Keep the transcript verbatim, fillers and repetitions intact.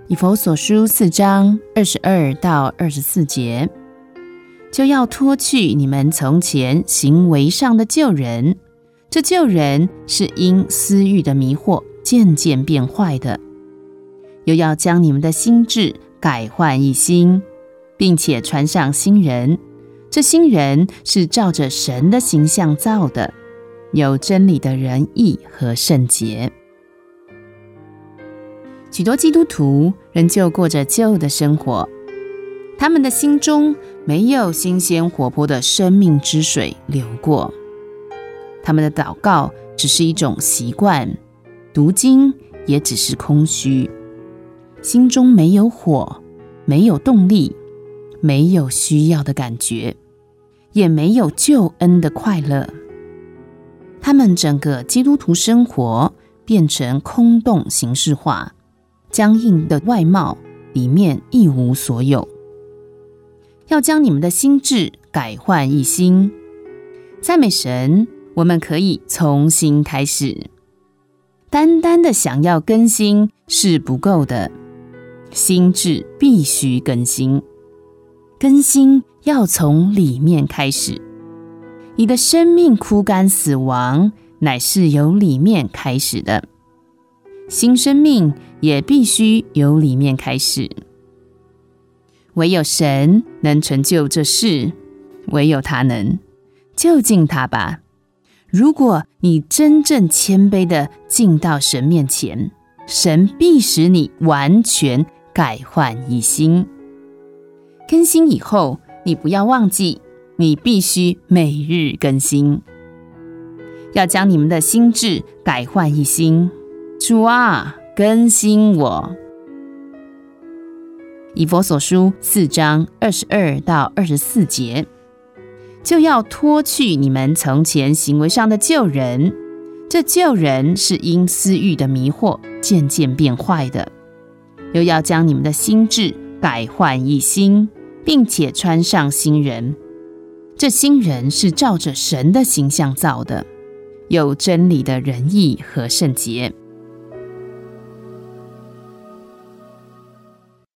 以弗所书四章二十二到二十四节，就要脱去你们从前行为上的旧人，这旧人是因私欲的迷惑渐渐变坏的，又要将你们的心志改换一新，并且穿上新人，这新人是照着神的形象造的，有真理的仁义和圣洁。许多基督徒仍旧过着旧的生活，他们的心中没有新鲜活泼的生命之水流过，他们的祷告只是一种习惯，读经也只是空虚，心中没有火，没有动力，没有需要的感觉，也没有救恩的快乐。他们整个基督徒生活变成空洞形式化，僵硬的外貌，里面一无所有。要将你们的心志改换一新。赞美神，我们可以从新开始。单单的想要更新是不够的，心志必须更新。更新要从里面开始。你的生命枯干死亡，乃是由里面开始的。新生命也必须由里面开始。唯有神能成就这事，唯有他能，就近他吧。如果你真正谦卑地进到神面前，神必使你完全改换一新。更新以后，你不要忘记，你必须每日更新。要将你们的心志改换一新。主啊，更新我。以弗所书四章二十二到二十四节，就要脱去你们从前行为上的旧人，这旧人是因私欲的迷惑渐渐变坏的，又要将你们的心志改换一新，并且穿上新人，这新人是照着神的形象造的，有真理的仁义和圣洁。